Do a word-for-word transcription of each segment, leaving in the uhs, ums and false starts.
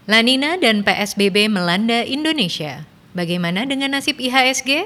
La Nina dan P S B B melanda Indonesia. Bagaimana dengan nasib I H S G?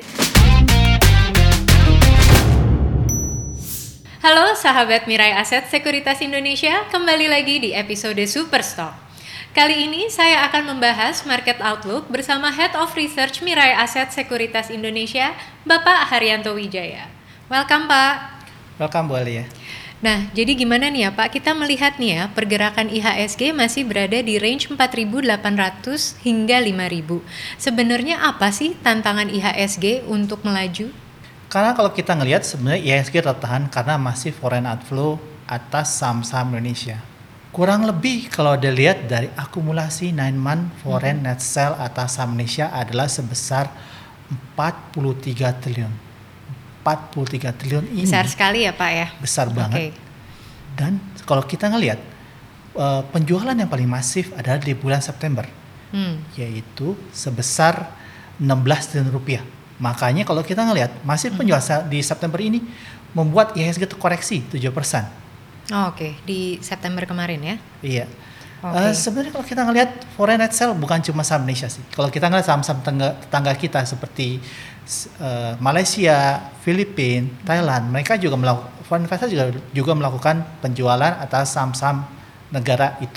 Halo sahabat Mirai Aset Sekuritas Indonesia, kembali lagi di episode Superstock. Kali ini saya akan membahas market outlook bersama Head of Research Mirai Aset Sekuritas Indonesia, Bapak Haryanto Wijaya. Welcome Pak. Welcome Bu Alia. Nah, jadi gimana nih ya Pak, kita melihat nih ya, pergerakan I H S G masih berada di range empat ribu delapan ratus hingga lima ribu. Sebenarnya apa sih tantangan I H S G untuk melaju? Karena kalau kita ngelihat sebenarnya I H S G tertahan karena masih foreign outflow atas saham-saham Indonesia. Kurang lebih kalau dilihat dari akumulasi nine month foreign hmm. net sell atas saham Indonesia adalah sebesar empat puluh tiga triliun. empat puluh tiga triliun ini besar sekali ya Pak ya. Besar banget. Okay. Dan kalau kita ngelihat uh, penjualan yang paling masif adalah di bulan September, hmm. yaitu sebesar enam belas triliun rupiah. Makanya kalau kita ngelihat masif penjualan hmm. di September ini membuat I H S G terkoreksi tujuh persen. Oh, Oke, okay. Di September kemarin ya? Iya. Okay. Uh, sebenarnya kalau kita ngelihat foreign net sell bukan cuma saham Indonesia sih. Kalau kita ngelihat saham-saham tetangga, tetangga kita seperti uh, Malaysia, Filipina, Thailand, mereka juga melakukan foreign investor juga juga melakukan penjualan atas saham-saham negara itu.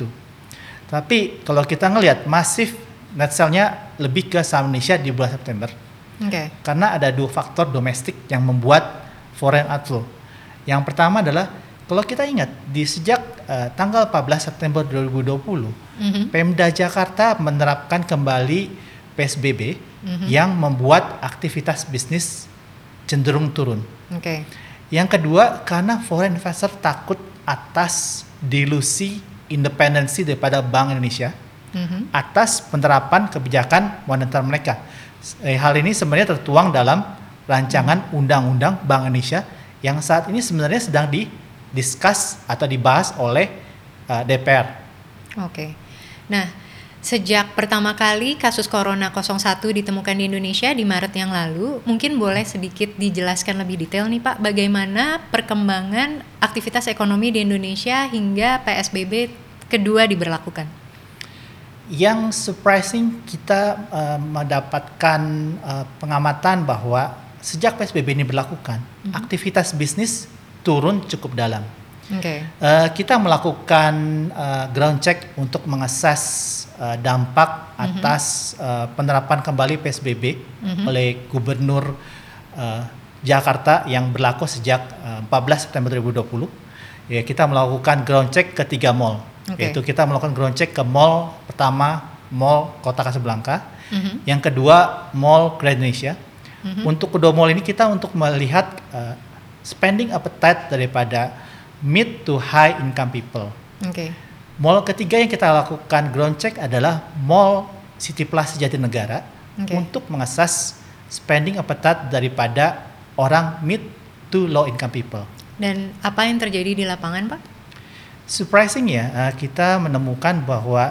Tapi kalau kita ngelihat masif net sell-nya lebih ke saham Indonesia di bulan September. Okay. Karena ada dua faktor domestik yang membuat foreign outflow. Yang pertama adalah kalau kita ingat di sejak uh, tanggal empat belas September dua ribu dua puluh, mm-hmm. Pemda Jakarta menerapkan kembali P S B B mm-hmm. yang membuat aktivitas bisnis cenderung turun. Okay. Yang kedua, karena foreign investor takut atas dilusi independensi daripada Bank Indonesia mm-hmm. atas penerapan kebijakan moneter mereka. Eh, hal ini sebenarnya tertuang dalam rancangan mm-hmm. undang-undang Bank Indonesia yang saat ini sebenarnya sedang di discuss atau dibahas oleh uh, D P R. Oke. Nah, sejak pertama kali kasus Corona nol satu ditemukan di Indonesia di Maret yang lalu, mungkin boleh sedikit dijelaskan lebih detail nih Pak, bagaimana perkembangan aktivitas ekonomi di Indonesia hingga P S B B kedua diberlakukan? Yang surprising, kita uh, mendapatkan uh, pengamatan bahwa sejak P S B B ini berlakukan, mm-hmm. aktivitas bisnis turun cukup dalam. Okay. Uh, kita melakukan uh, ground check untuk mengakses uh, dampak mm-hmm. atas uh, penerapan kembali P S B B mm-hmm. oleh Gubernur uh, Jakarta yang berlaku sejak uh, empat belas September dua ribu dua puluh. Ya, kita melakukan ground check ke tiga mall. Okay. Yaitu kita melakukan ground check ke mall pertama, Mall Kota Kasablanka. Mm-hmm. Yang kedua, Mall Grand Indonesia. Mm-hmm. Untuk kedua mall ini kita untuk melihat uh, spending appetite daripada mid to high income people. Okay. Mall ketiga yang kita lakukan ground check adalah Mall City Plaza Jatinegara okay. untuk mengakses spending appetite daripada orang mid to low income people. Dan apa yang terjadi di lapangan, Pak? Surprising ya, kita menemukan bahwa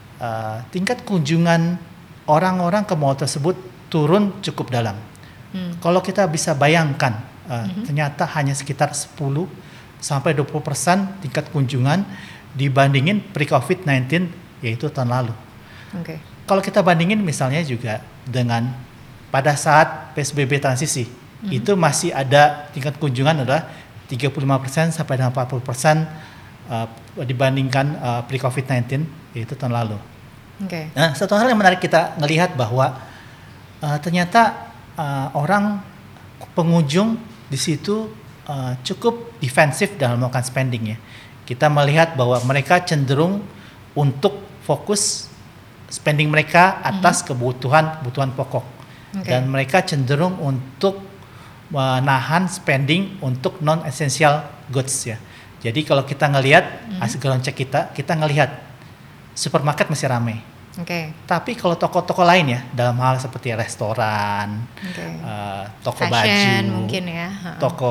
uh, tingkat kunjungan orang-orang ke mall tersebut turun cukup dalam. Hmm. Kalau kita bisa bayangkan, Uh, mm-hmm. ternyata hanya sekitar sepuluh sampai dua puluh persen tingkat kunjungan dibandingin pre-covid sembilan belas yaitu tahun lalu. Okay. Kalau kita bandingin misalnya juga dengan pada saat P S B B transisi, mm-hmm. itu masih ada tingkat kunjungan adalah tiga puluh lima persen sampai dengan empat puluh persen uh, dibandingkan uh, pre-covid sembilan belas yaitu tahun lalu. Okay. Nah, satu hal yang menarik kita melihat bahwa uh, ternyata uh, orang pengunjung di situ uh, cukup defensif dalam melakukan spending ya. Kita melihat bahwa mereka cenderung untuk fokus spending mereka atas mm-hmm. kebutuhan-kebutuhan pokok. Okay. Dan mereka cenderung untuk menahan spending untuk non-essential goods ya. Jadi kalau kita ngelihat mm-hmm. hasil ground check kita, kita ngelihat supermarket masih ramai. Okay. Tapi kalau toko-toko lain ya, dalam hal seperti restoran, okay. uh, toko fashion, baju, mungkin ya. toko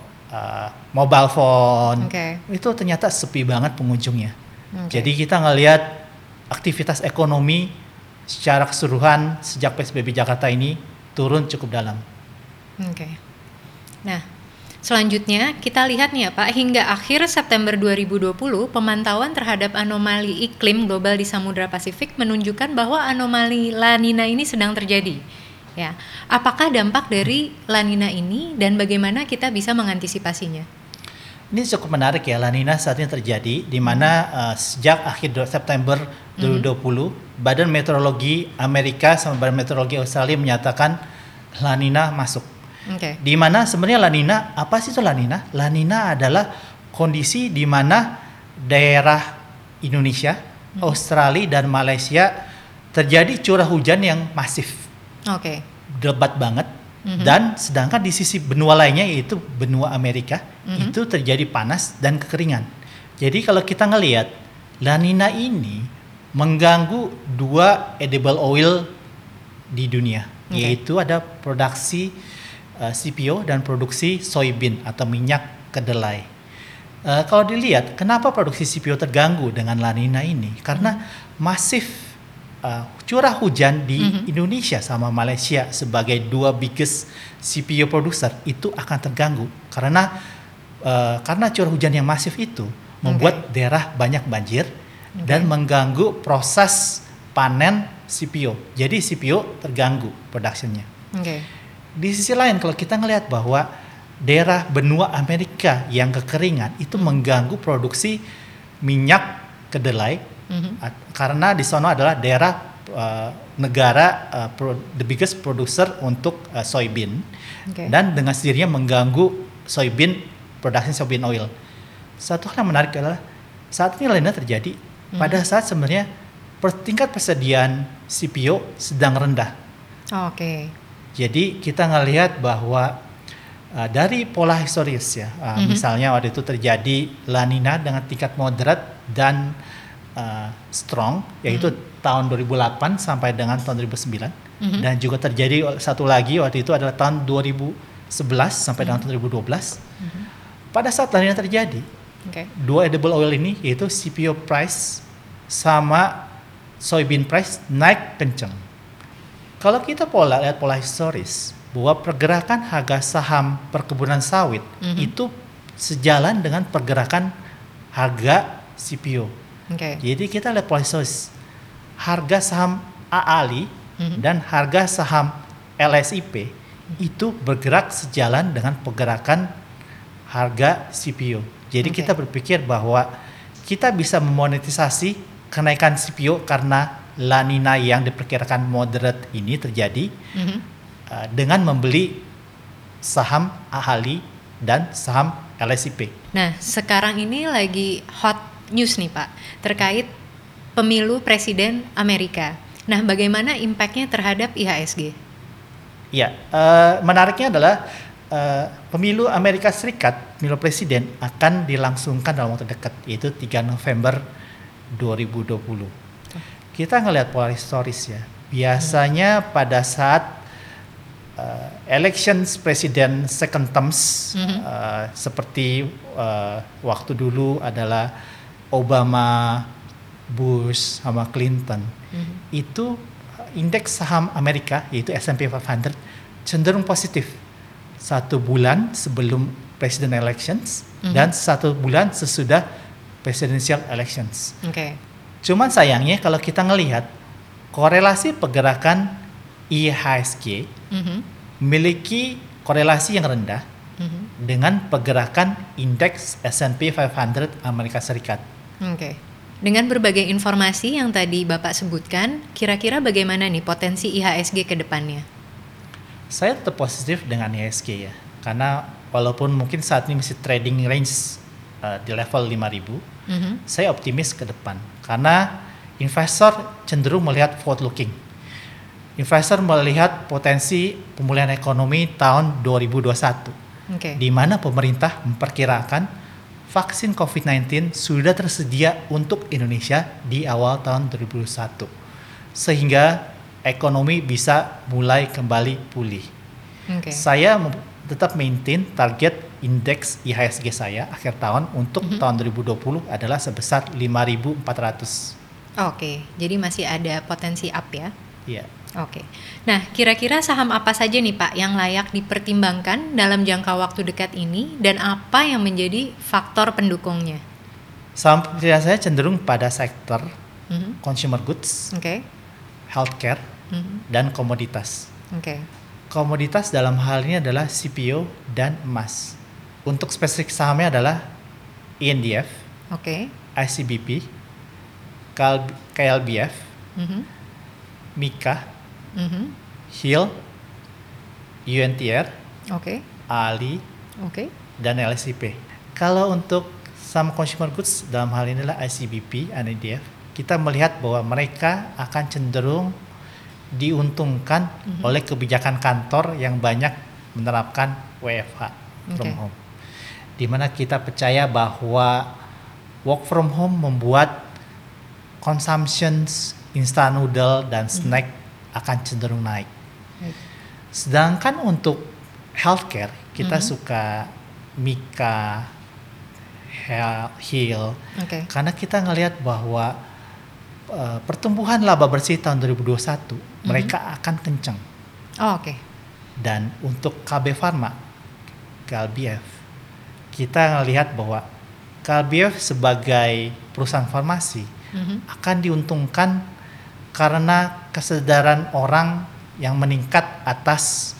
uh, mobile phone, okay. itu ternyata sepi banget pengunjungnya. Okay. Jadi kita ngelihat aktivitas ekonomi secara keseluruhan sejak P S B B Jakarta ini turun cukup dalam. Oke. Okay. Nah, Selanjutnya, kita lihat nih ya Pak, hingga akhir September dua ribu dua puluh, pemantauan terhadap anomali iklim global di Samudra Pasifik menunjukkan bahwa anomali La Nina ini sedang terjadi. Ya, apakah dampak dari La Nina ini dan bagaimana kita bisa mengantisipasinya? Ini cukup menarik ya, La Nina saat ini terjadi, di mana uh, sejak akhir September dua ribu dua puluh, mm-hmm. Badan Meteorologi Amerika sama Badan Meteorologi Australia menyatakan La Nina masuk. Okay. Di mana sebenarnya La Nina, apa sih itu La Nina? La Nina adalah kondisi di mana daerah Indonesia, hmm. Australia dan Malaysia terjadi curah hujan yang masif, okay. lebat banget, hmm. dan sedangkan di sisi benua lainnya yaitu benua Amerika hmm. itu terjadi panas dan kekeringan. Jadi kalau kita ngelihat La Nina ini mengganggu dua edible oil di dunia, okay. yaitu ada produksi C P O dan produksi soybean atau minyak kedelai. Uh, kalau dilihat, kenapa produksi C P O terganggu dengan La Nina ini? Karena mm-hmm. masif uh, curah hujan di mm-hmm. Indonesia sama Malaysia sebagai dua biggest C P O producer itu akan terganggu karena uh, karena curah hujan yang masif itu membuat okay. daerah banyak banjir okay. dan mengganggu proses panen C P O. Jadi C P O terganggu productionnya. Okay. Di sisi lain kalau kita ngelihat bahwa daerah benua Amerika yang kekeringan itu mm-hmm. mengganggu produksi minyak kedelai mm-hmm. karena di sana adalah daerah uh, negara uh, pro, the biggest producer untuk uh, soybean okay. dan dengan sendirinya mengganggu soybean production soybean oil. Satu hal yang menarik adalah saat ini La Nina terjadi mm-hmm. pada saat sebenarnya tingkat persediaan C P O sedang rendah. Oh, Oke. Okay. Jadi kita ngelihat bahwa uh, dari pola historis ya, uh, mm-hmm. misalnya waktu itu terjadi La Nina dengan tingkat moderat dan uh, strong, yaitu mm-hmm. tahun dua ribu delapan sampai dengan tahun dua ribu sembilan, mm-hmm. dan juga terjadi satu lagi waktu itu adalah tahun dua ribu sebelas sampai mm-hmm. dengan tahun dua ribu dua belas. Mm-hmm. Pada saat La Nina terjadi, okay. dua edible oil ini yaitu C P O price sama soybean price naik kencang. Kalau kita pola lihat pola historis bahwa pergerakan harga saham perkebunan sawit mm-hmm. itu sejalan dengan pergerakan harga C P O. Okay. Jadi kita lihat pola historis harga saham A A L I mm-hmm. dan harga saham L S I P mm-hmm. itu bergerak sejalan dengan pergerakan harga C P O. Jadi okay. kita berpikir bahwa kita bisa memonetisasi kenaikan C P O karena La Nina yang diperkirakan moderate ini terjadi mm-hmm. uh, dengan membeli saham A H L I dan saham L S I P. Nah, sekarang ini lagi hot news nih Pak, terkait pemilu presiden Amerika. Nah, bagaimana impact-nya terhadap I H S G? Ya, uh, menariknya adalah uh, pemilu Amerika Serikat, pemilu presiden akan dilangsungkan dalam waktu dekat, yaitu tiga November dua ribu dua puluh. Kita ngelihat pola historis ya. Biasanya hmm. pada saat uh, elections presiden second terms hmm. uh, seperti uh, waktu dulu adalah Obama, Bush sama Clinton, hmm. itu indeks saham Amerika yaitu S and P lima ratus cenderung positif satu bulan sebelum president elections hmm. dan satu bulan sesudah presidential elections. Okay. Cuman sayangnya kalau kita ngelihat korelasi pergerakan I H S G mm-hmm. memiliki korelasi yang rendah mm-hmm. dengan pergerakan indeks S and P lima ratus Amerika Serikat. Oke. Okay. Dengan berbagai informasi yang tadi Bapak sebutkan, kira-kira bagaimana nih potensi I H S G ke depannya? Saya tetap positif dengan I H S G ya. Karena walaupun mungkin saat ini masih trading range uh, di level lima ribu, mm-hmm. saya optimis ke depan. Karena investor cenderung melihat forward looking. Investor melihat potensi pemulihan ekonomi tahun dua ribu dua puluh satu. Okay. Di mana pemerintah memperkirakan vaksin covid sembilan belas sudah tersedia untuk Indonesia di awal tahun dua ribu dua puluh satu. Sehingga ekonomi bisa mulai kembali pulih. Okay. Saya tetap maintain target indeks I H S G saya akhir tahun untuk mm-hmm. tahun dua ribu dua puluh adalah sebesar lima ribu empat ratus. Oke, okay. Jadi masih ada potensi up ya? Iya. Oke. Nah, kira-kira saham apa saja nih Pak yang layak dipertimbangkan dalam jangka waktu dekat ini dan apa yang menjadi faktor pendukungnya? Saham saya cenderung pada sektor Mhm. consumer goods, Oke. healthcare, Mhm. dan komoditas. Oke. Komoditas dalam hal ini adalah C P O dan emas. Untuk spesifik sahamnya adalah E N D F, Oke. I C B P, K L B F, Mhm. Mika, Mhm. H I L, U N T R, Oke. A L I, Oke. dan L S I P. Kalau untuk saham consumer goods dalam hal ini adalah I C B P, I N D F, kita melihat bahwa mereka akan cenderung diuntungkan Mhm. oleh kebijakan kantor yang banyak menerapkan W F H, from Oke. home. Di mana kita percaya bahwa work from home membuat consumption instant noodle dan snack akan cenderung naik. Baik. Sedangkan untuk healthcare kita Mhm. suka Mika, H I L, Oke. karena kita ngelihat bahwa uh, pertumbuhan laba bersih tahun dua ribu dua puluh satu mereka akan kencang. Oh, oke. Dan untuk K B Pharma, K L B F, kita ngelihat bahwa K L B F sebagai perusahaan farmasi Mhm. akan diuntungkan karena kesadaran orang yang meningkat atas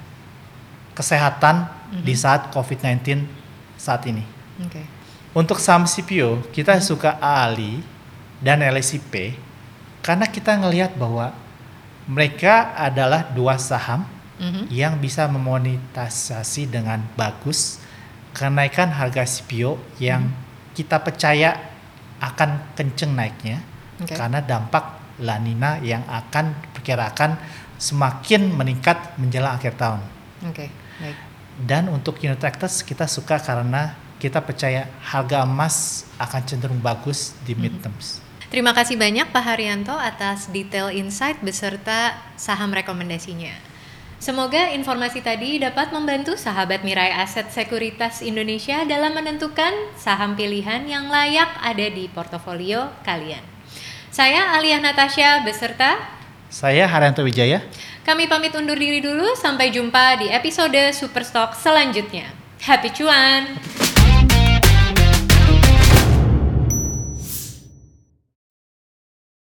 kesehatan Mhm. di saat covid sembilan belas saat ini. Oke. Untuk saham C P O, kita suka A L I dan L S I P karena kita ngelihat bahwa mereka adalah dua saham Mhm. yang bisa memonetisasi dengan bagus kenaikan harga C P O yang kita percaya akan kenceng naiknya Oke. karena dampak La Nina yang akan diperkirakan semakin meningkat menjelang akhir tahun. Oke. Baik. Dan untuk unit tractors kita suka karena kita percaya harga emas akan cenderung bagus di mid-terms. Terima kasih banyak Pak Haryanto atas detail insight beserta saham rekomendasinya. Semoga informasi tadi dapat membantu sahabat Mirai Aset Sekuritas Indonesia dalam menentukan saham pilihan yang layak ada di portofolio kalian. Saya Alia Natasha beserta Saya Haryanto Wijaya. kami pamit undur diri dulu, sampai jumpa di episode Superstock selanjutnya. Happy cuan!